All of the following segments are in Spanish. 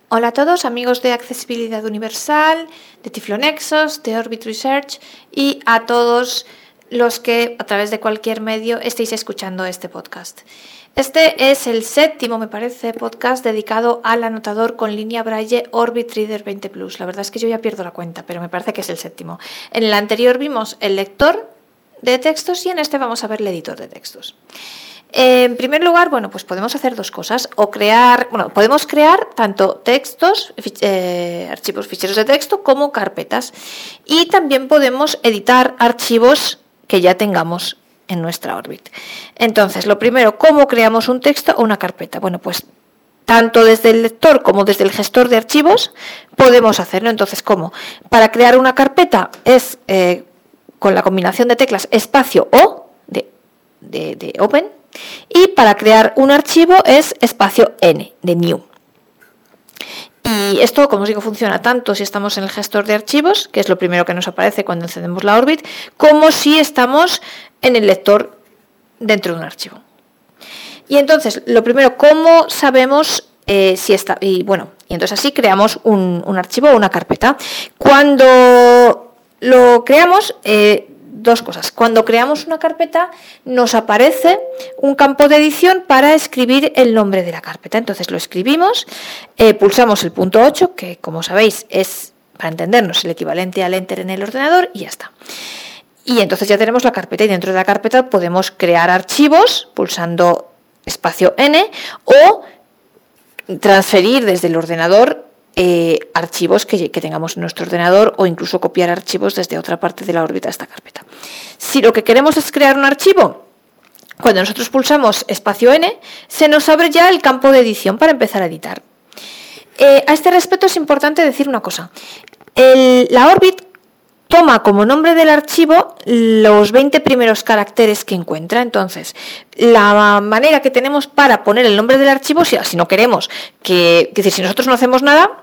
Hola a todos, amigos de Accesibilidad Universal, de Tiflonexos, de Orbit Research y a todos los que a través de cualquier medio estéis escuchando este podcast. Este es el séptimo, me parece, podcast dedicado al anotador con línea Braille Orbit Reader 20 Plus. La verdad es que yo ya pierdo la cuenta, pero me parece que es el séptimo. En el anterior vimos el lector de textos y en este vamos a ver el editor de textos. En primer lugar, pues podemos hacer dos cosas, podemos crear tanto textos, archivos, ficheros de texto, como carpetas. Y también podemos editar archivos que ya tengamos en nuestra Orbit. Entonces, lo primero, ¿cómo creamos un texto o una carpeta? Pues tanto desde el lector como desde el gestor de archivos podemos hacerlo. Entonces, ¿cómo? Para crear una carpeta es con la combinación de teclas espacio O de Open. Y para crear un archivo es espacio N de New. Y esto, como os digo, funciona tanto si estamos en el gestor de archivos, que es lo primero que nos aparece cuando encendemos la Orbit, como si estamos en el lector dentro de un archivo. Y entonces, lo primero, ¿cómo sabemos si está? Y entonces así creamos un archivo o una carpeta. Cuando lo creamos, dos cosas. Cuando creamos una carpeta nos aparece un campo de edición para escribir el nombre de la carpeta. Entonces lo escribimos, pulsamos el punto 8, que como sabéis es, para entendernos, el equivalente al Enter en el ordenador y ya está. Y entonces ya tenemos la carpeta y dentro de la carpeta podemos crear archivos pulsando espacio N o transferir desde el ordenador archivos que tengamos en nuestro ordenador o incluso copiar archivos desde otra parte de la órbita a esta carpeta. Si lo que queremos es crear un archivo, cuando nosotros pulsamos espacio N, se nos abre ya el campo de edición para empezar a editar. A este respecto es importante decir una cosa. La Orbit toma como nombre del archivo los 20 primeros caracteres que encuentra. Entonces, la manera que tenemos para poner el nombre del archivo, si no queremos, si nosotros no hacemos nada,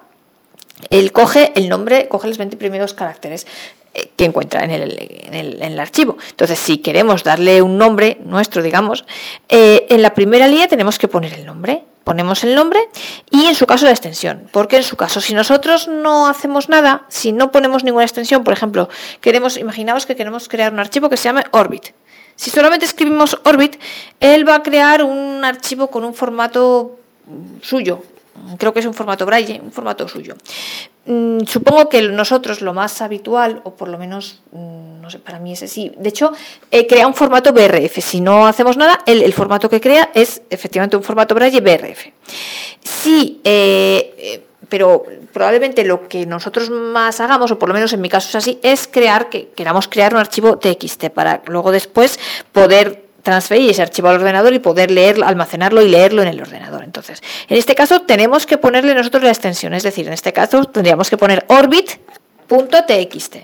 él coge el nombre, coge los 20 primeros caracteres que encuentra en el archivo. Entonces, si queremos darle un nombre nuestro, digamos, en la primera línea tenemos que poner el nombre. Ponemos el nombre y en su caso la extensión, porque en su caso, si nosotros no hacemos nada, si no ponemos ninguna extensión, por ejemplo, imaginaos que queremos crear un archivo que se llame Orbit. Si solamente escribimos Orbit, él va a crear un archivo con un formato suyo. Creo que es un formato Braille, un formato suyo. Supongo que nosotros lo más habitual, o por lo menos, no sé, para mí es así. De hecho, crea un formato BRF. Si no hacemos nada, el formato que crea es efectivamente un formato Braille BRF. Sí, pero probablemente lo que nosotros más hagamos, o por lo menos en mi caso es así, es queramos crear un archivo TXT para luego después poder transferir ese archivo al ordenador y poder leerlo, almacenarlo y leerlo en el ordenador. Entonces, en este caso tenemos que ponerle nosotros la extensión, es decir, en este caso tendríamos que poner orbit.txt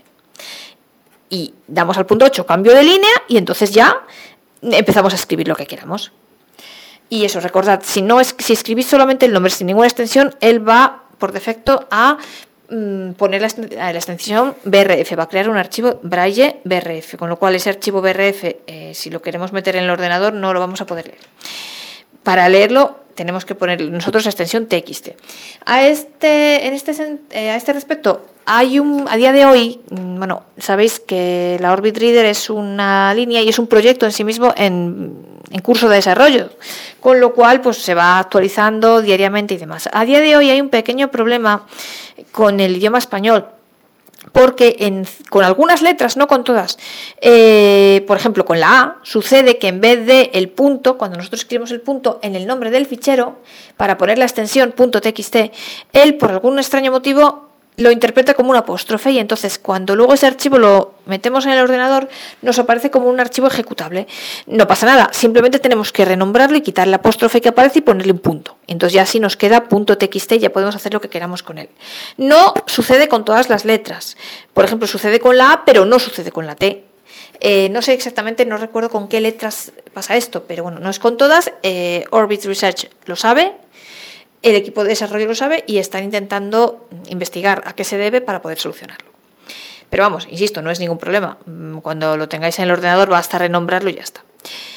y damos al punto 8, cambio de línea, y entonces ya empezamos a escribir lo que queramos. Y eso, recordad, si escribís solamente el nombre sin ninguna extensión, él va por defecto a poner la extensión BRF, va a crear un archivo Braille BRF, con lo cual ese archivo BRF, si lo queremos meter en el ordenador, no lo vamos a poder leer. Para leerlo tenemos que poner nosotros la extensión TXT. A este respecto, a día de hoy, sabéis que la Orbit Reader es una línea y es un proyecto en sí mismo en curso de desarrollo, con lo cual se va actualizando diariamente y demás. A día de hoy hay un pequeño problema con el idioma español, porque con algunas letras, no con todas, por ejemplo con la A, sucede que en vez de el punto, cuando nosotros escribimos el punto en el nombre del fichero, para poner la extensión .txt, él por algún extraño motivo lo interpreta como un apóstrofe, y entonces cuando luego ese archivo lo metemos en el ordenador nos aparece como un archivo ejecutable. No pasa nada, simplemente tenemos que renombrarlo y quitar el apóstrofe que aparece y ponerle un punto. Entonces ya así nos queda .txt y ya podemos hacer lo que queramos con él. No sucede con todas las letras. Por ejemplo, sucede con la A, pero no sucede con la T. No sé exactamente, no recuerdo con qué letras pasa esto, pero no es con todas. Orbit Research lo sabe. El equipo de desarrollo lo sabe y están intentando investigar a qué se debe para poder solucionarlo. Pero insisto, no es ningún problema. Cuando lo tengáis en el ordenador basta renombrarlo y ya está.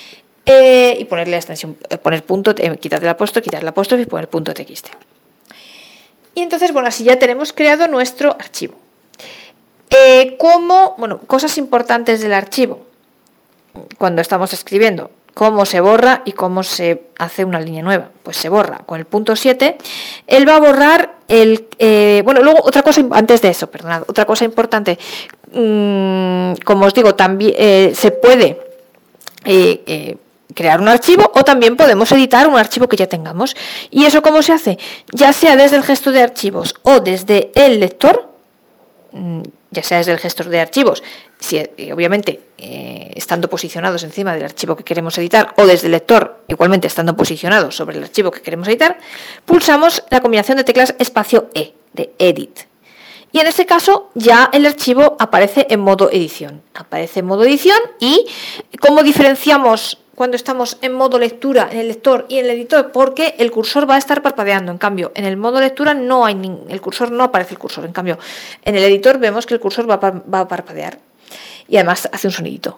Y ponerle la extensión, poner punto, quitar el apóstrofe y poner .txt. Y entonces, bueno, así ya tenemos creado nuestro archivo. Cosas importantes del archivo cuando estamos escribiendo. Cómo se borra y cómo se hace una línea nueva. Pues se borra con el punto 7. Él va a borrar luego otra cosa, antes de eso, perdonad, otra cosa importante. Como os digo, también se puede crear un archivo o también podemos editar un archivo que ya tengamos. ¿Y eso cómo se hace? Ya sea desde el gestor de archivos o desde el lector, ya sea desde el gestor de archivos, obviamente estando posicionados encima del archivo que queremos editar, o desde el lector, igualmente estando posicionados sobre el archivo que queremos editar, pulsamos la combinación de teclas espacio E, de Edit. Y en este caso ya el archivo aparece en modo edición. Aparece en modo edición y ¿cómo diferenciamos cuando estamos en modo lectura en el lector y en el editor? Porque el cursor va a estar parpadeando. En cambio, en el modo lectura no aparece el cursor. En cambio, en el editor vemos que el cursor va a parpadear. Y además hace un sonidito.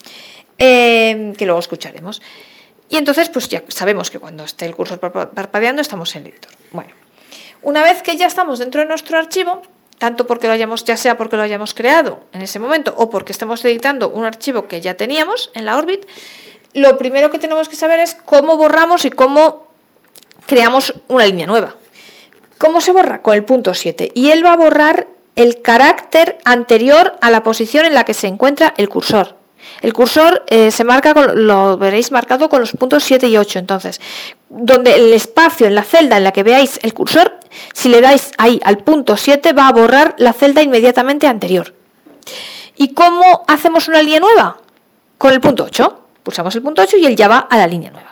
Que luego escucharemos. Y entonces, pues ya sabemos que cuando esté el cursor parpadeando estamos en el editor. Bueno, una vez que ya estamos dentro de nuestro archivo, tanto ya sea porque lo hayamos creado en ese momento o porque estemos editando un archivo que ya teníamos en la Orbit, lo primero que tenemos que saber es cómo borramos y cómo creamos una línea nueva. ¿Cómo se borra? Con el punto 7. Y él va a borrar el carácter anterior a la posición en la que se encuentra el cursor. El cursor se marca, lo veréis marcado con los puntos 7 y 8. Entonces, donde el espacio en la celda en la que veáis el cursor, si le dais ahí al punto 7, va a borrar la celda inmediatamente anterior. ¿Y cómo hacemos una línea nueva? Con el punto 8. Pulsamos el punto 8 y él ya va a la línea nueva.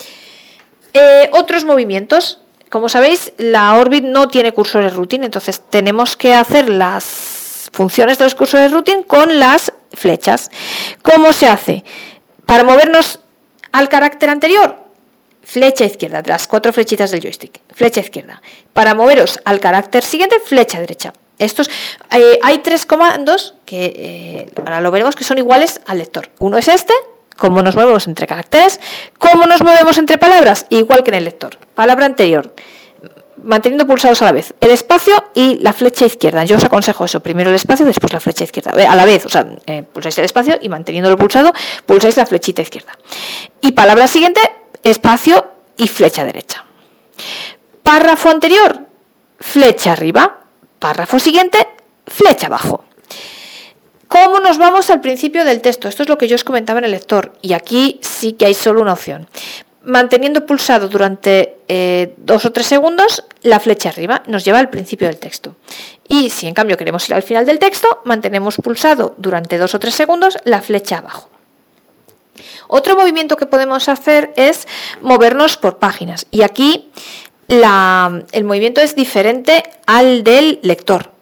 Otros movimientos. Como sabéis, la Orbit no tiene cursores routine, entonces tenemos que hacer las funciones de los cursores routine con las flechas. ¿Cómo se hace? Para movernos al carácter anterior, flecha izquierda, las 4 flechitas del joystick, flecha izquierda. Para moveros al carácter siguiente, flecha derecha. Hay 3 comandos que ahora lo veremos que son iguales al lector. Uno es este. ¿Cómo nos movemos entre caracteres? ¿Cómo nos movemos entre palabras? Igual que en el lector. Palabra anterior, manteniendo pulsados a la vez el espacio y la flecha izquierda. Yo os aconsejo eso, primero el espacio, después la flecha izquierda. A la vez, pulsáis el espacio y manteniéndolo pulsado, pulsáis la flechita izquierda. Y palabra siguiente, espacio y flecha derecha. Párrafo anterior, flecha arriba. Párrafo siguiente, flecha abajo. ¿Cómo nos vamos al principio del texto? Esto es lo que yo os comentaba en el lector y aquí sí que hay solo una opción. Manteniendo pulsado durante 2 o 3 segundos la flecha arriba nos lleva al principio del texto. Y si en cambio queremos ir al final del texto, mantenemos pulsado durante 2 o 3 segundos la flecha abajo. Otro movimiento que podemos hacer es movernos por páginas y aquí el movimiento es diferente al del lector.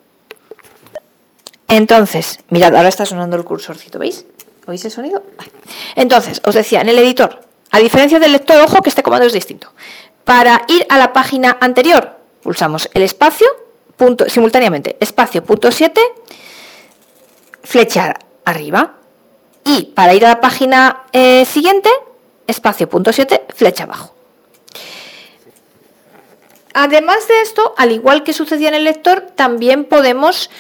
Entonces, mirad, ahora está sonando el cursorcito, ¿veis? ¿Oís el sonido? Vale. Entonces, os decía, en el editor, a diferencia del lector, ojo que este comando es distinto. Para ir a la página anterior, pulsamos el espacio, simultáneamente, espacio, punto 7, flecha arriba. Y para ir a la página siguiente, espacio, punto 7, flecha abajo. Además de esto, al igual que sucedía en el lector, también podemos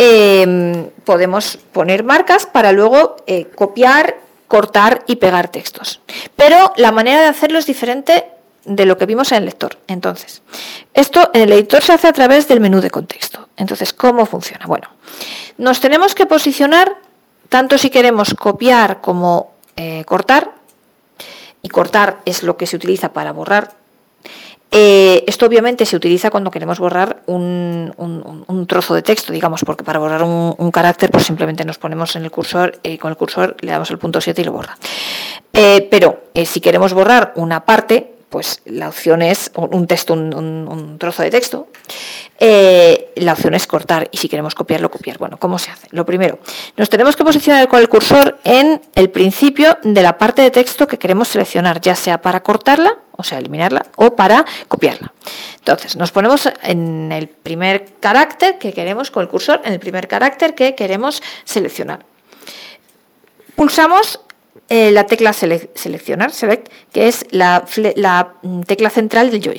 poner marcas para luego copiar, cortar y pegar textos. Pero la manera de hacerlo es diferente de lo que vimos en el lector. Entonces, esto en el editor se hace a través del menú de contexto. Entonces, ¿cómo funciona? Bueno, nos tenemos que posicionar tanto si queremos copiar como cortar. Y cortar es lo que se utiliza para borrar. Esto obviamente se utiliza cuando queremos borrar un trozo de texto, digamos, porque para borrar un carácter pues simplemente nos ponemos en el cursor y con el cursor le damos el punto 7 y lo borra. Pero si queremos borrar una parte, pues la opción es un texto, un trozo de texto, la opción es cortar y si queremos copiarlo, copiar. Bueno, ¿cómo se hace? Lo primero, nos tenemos que posicionar con el cursor en el principio de la parte de texto que queremos seleccionar, ya sea para cortarla, o sea, eliminarla, o para copiarla. Entonces, nos ponemos en el primer carácter que queremos, con el cursor, en el primer carácter que queremos seleccionar. Pulsamos la tecla seleccionar, select, que es la tecla central del joystick.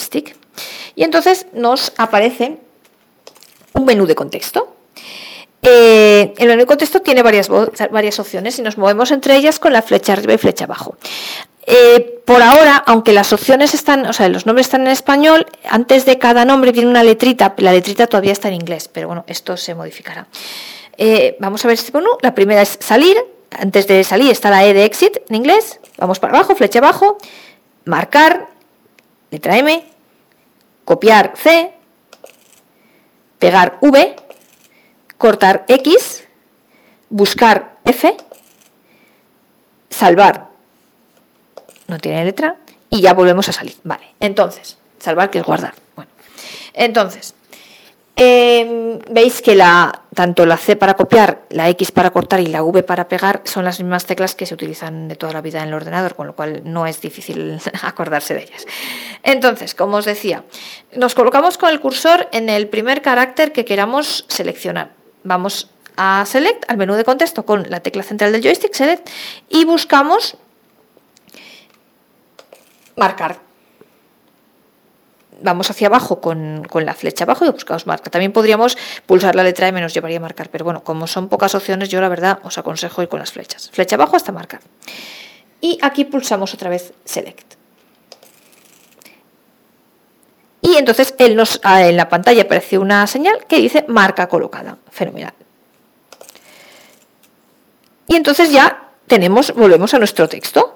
Y entonces nos aparece un menú de contexto. El menú de contexto tiene varias opciones y nos movemos entre ellas con la flecha arriba y flecha abajo. Por ahora, aunque las opciones están, o sea, los nombres están en español, antes de cada nombre viene una letrita, la letrita todavía está en inglés, pero bueno, esto se modificará. Vamos a ver este menú. La primera es salir. Antes de salir está la E de exit en inglés. Vamos para abajo, flecha abajo, marcar, letra M, copiar C, pegar V, cortar X, buscar F, salvar, no tiene letra, y ya volvemos a salir. Vale, entonces, salvar que es guardar. Bueno, entonces, veis que tanto la C para copiar, la X para cortar y la V para pegar son las mismas teclas que se utilizan de toda la vida en el ordenador, con lo cual no es difícil acordarse de ellas. Entonces, como os decía, nos colocamos con el cursor en el primer carácter que queramos seleccionar. Vamos a Select, al menú de contexto con la tecla central del joystick, Select, y buscamos marcar. Vamos hacia abajo con la flecha abajo y buscamos marcar. También podríamos pulsar la letra M, nos llevaría a marcar, pero bueno, como son pocas opciones, yo la verdad os aconsejo ir con las flechas. Flecha abajo hasta marcar. Y aquí pulsamos otra vez Select. Y entonces en la pantalla aparece una señal que dice marca colocada. Fenomenal. Y entonces ya volvemos a nuestro texto.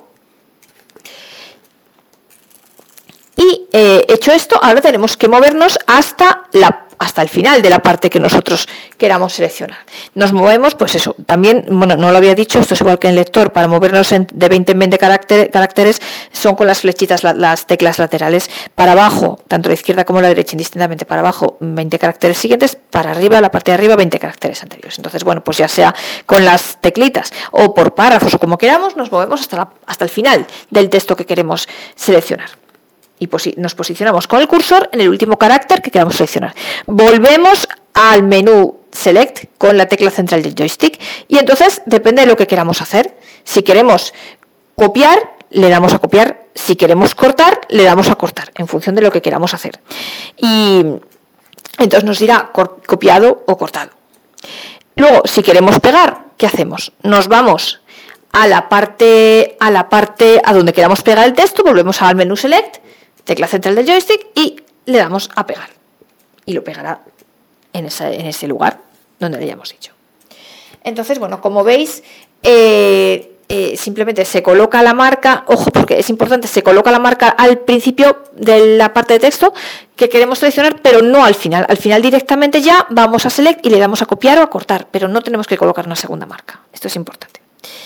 Y hecho esto, ahora tenemos que movernos hasta el final de la parte que nosotros queramos seleccionar. Nos movemos, pues eso, también, bueno, no lo había dicho, esto es igual que en lector, para movernos de 20 en 20 caracteres son con las flechitas, las teclas laterales, para abajo, tanto la izquierda como la derecha, indistintamente, para abajo 20 caracteres siguientes, para arriba, la parte de arriba 20 caracteres anteriores. Entonces, bueno, pues ya sea con las teclitas o por párrafos o como queramos, nos movemos hasta el final del texto que queremos seleccionar. Y nos posicionamos con el cursor en el último carácter que queramos seleccionar. Volvemos al menú Select con la tecla central del joystick y entonces depende de lo que queramos hacer. Si queremos copiar, le damos a copiar. Si queremos cortar, le damos a cortar, en función de lo que queramos hacer. Y entonces nos dirá copiado o cortado. Luego, si queremos pegar, ¿qué hacemos? Nos vamos a la parte a donde queramos pegar el texto, volvemos al menú Select, tecla central del joystick y le damos a pegar. Y lo pegará en ese lugar donde le hayamos dicho. Entonces, bueno, como veis, simplemente se coloca la marca, ojo, porque es importante, se coloca la marca al principio de la parte de texto que queremos seleccionar, pero no al final. Al final directamente ya vamos a Select y le damos a copiar o a cortar, pero no tenemos que colocar una segunda marca. Esto es importante.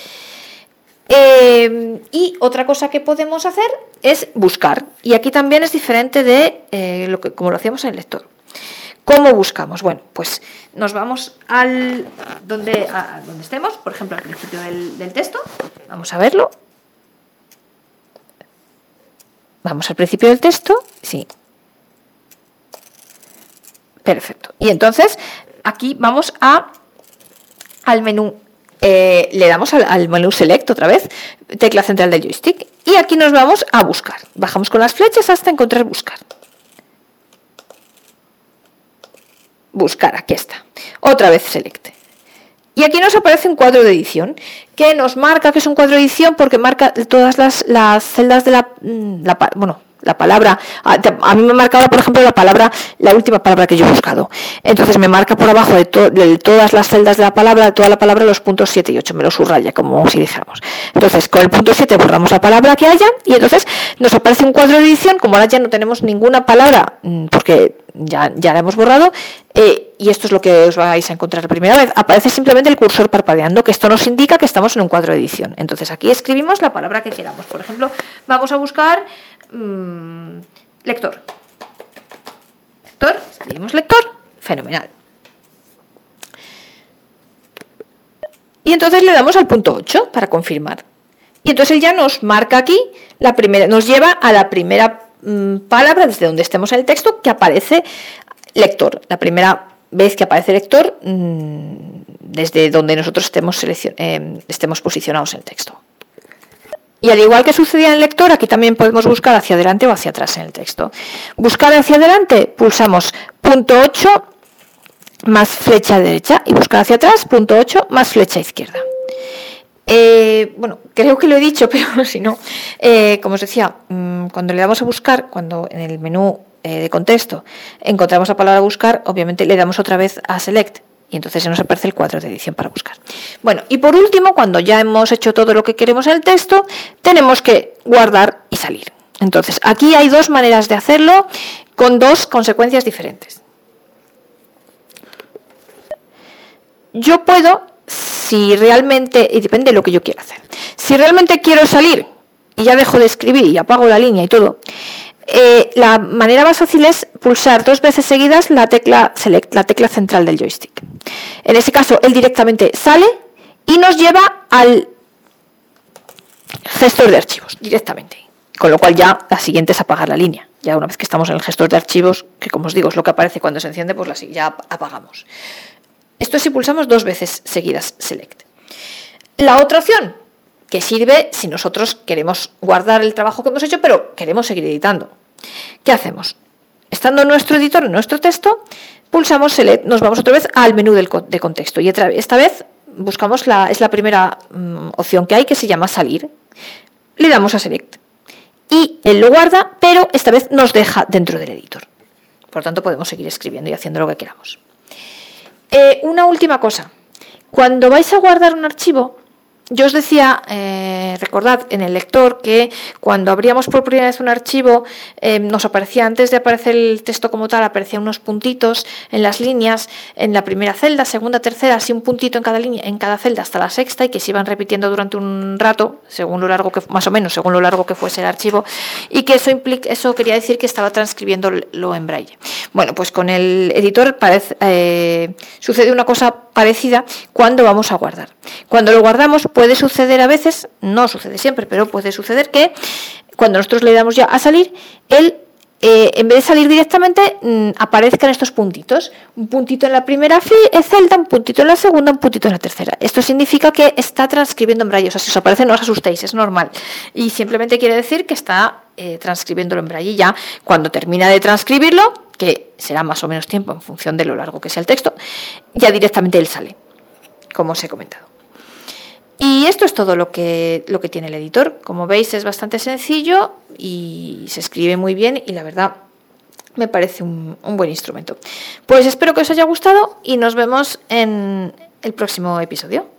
Y otra cosa que podemos hacer es buscar. Y aquí también es diferente de como lo hacíamos en el lector. ¿Cómo buscamos? Bueno, pues nos vamos a donde estemos, por ejemplo, al principio del texto. Vamos a verlo. Vamos al principio del texto. Sí. Perfecto. Y entonces, aquí vamos al menú. Le damos al menú Select otra vez, tecla central del joystick, y aquí nos vamos a buscar. Bajamos con las flechas hasta encontrar buscar. Buscar, aquí está. Otra vez Select. Y aquí nos aparece un cuadro de edición que nos marca que es un cuadro de edición porque marca todas las celdas de la palabra. A mí me marcaba, por ejemplo, la última palabra que yo he buscado. Entonces me marca por abajo de todas las celdas de toda la palabra, los puntos 7 y 8, me lo subraya, como si dijéramos. Entonces, con el punto 7 borramos la palabra que haya y entonces nos aparece un cuadro de edición, como ahora ya no tenemos ninguna palabra, porque ya la hemos borrado, y esto es lo que os vais a encontrar la primera vez. Aparece simplemente el cursor parpadeando, que esto nos indica que estamos en un cuadro de edición. Entonces aquí escribimos la palabra que queramos. Por ejemplo, vamos a buscar lector. Escribimos lector, fenomenal. Y entonces le damos al punto 8 para confirmar. Y entonces él ya nos marca aquí nos lleva a la primera palabra desde donde estemos en el texto que aparece lector. La primera vez que aparece lector desde donde nosotros estemos posicionados en el texto. Y al igual que sucedía en el lector, aquí también podemos buscar hacia adelante o hacia atrás en el texto. Buscar hacia adelante, pulsamos punto 8 más flecha derecha, y buscar hacia atrás, punto 8 más flecha izquierda. Bueno, creo que lo he dicho, pero si no, como os decía, cuando le damos a buscar, cuando en el menú de contexto encontramos la palabra buscar, obviamente le damos otra vez a select y entonces se nos aparece el cuadro de edición para buscar. Bueno, y por último, cuando ya hemos hecho todo lo que queremos en el texto, tenemos que guardar y salir. Entonces, aquí hay dos maneras de hacerlo con dos consecuencias diferentes. Yo puedo, si realmente, y depende de lo que yo quiera hacer, si realmente quiero salir y ya dejo de escribir y apago la línea y todo, la manera más fácil es pulsar 2 veces seguidas la tecla Select, la tecla central del joystick. En ese caso, él directamente sale y nos lleva al gestor de archivos directamente. Con lo cual ya la siguiente es apagar la línea. Ya una vez que estamos en el gestor de archivos, que como os digo es lo que aparece cuando se enciende, pues ya apagamos. Esto es si pulsamos 2 veces seguidas Select. La otra opción, que sirve si nosotros queremos guardar el trabajo que hemos hecho, pero queremos seguir editando. ¿Qué hacemos? Estando en nuestro editor, en nuestro texto, pulsamos Select, nos vamos otra vez al menú de contexto. Y esta vez buscamos es la primera opción que hay, que se llama Salir. Le damos a Select. Y él lo guarda, pero esta vez nos deja dentro del editor. Por lo tanto, podemos seguir escribiendo y haciendo lo que queramos. Una última cosa. Cuando vais a guardar un archivo, yo os decía, recordad en el lector que cuando abríamos por primera vez un archivo, nos aparecía, antes de aparecer el texto como tal, aparecían unos puntitos en las líneas, en la primera celda, segunda, tercera, así un puntito en cada línea, en cada celda hasta la sexta, y que se iban repitiendo durante un rato, según lo largo que, más o menos, según lo largo que fuese el archivo, y que eso quería decir que estaba transcribiéndolo en braille. Bueno, pues con el editor sucede una cosa parecida cuando vamos a guardar. Cuando lo guardamos puede suceder a veces, no sucede siempre, pero puede suceder que cuando nosotros le damos ya a salir, él en vez de salir directamente aparezcan estos puntitos. Un puntito en la primera celda, un puntito en la segunda, un puntito en la tercera. Esto significa que está transcribiendo en braille. O sea, si os aparece no os asustéis, es normal. Y simplemente quiere decir que está transcribiéndolo en braille. Y ya cuando termina de transcribirlo, que será más o menos tiempo en función de lo largo que sea el texto, ya directamente él sale, como os he comentado. Y esto es todo lo que tiene el editor. Como veis, es bastante sencillo y se escribe muy bien y la verdad me parece un buen instrumento. Pues espero que os haya gustado y nos vemos en el próximo episodio.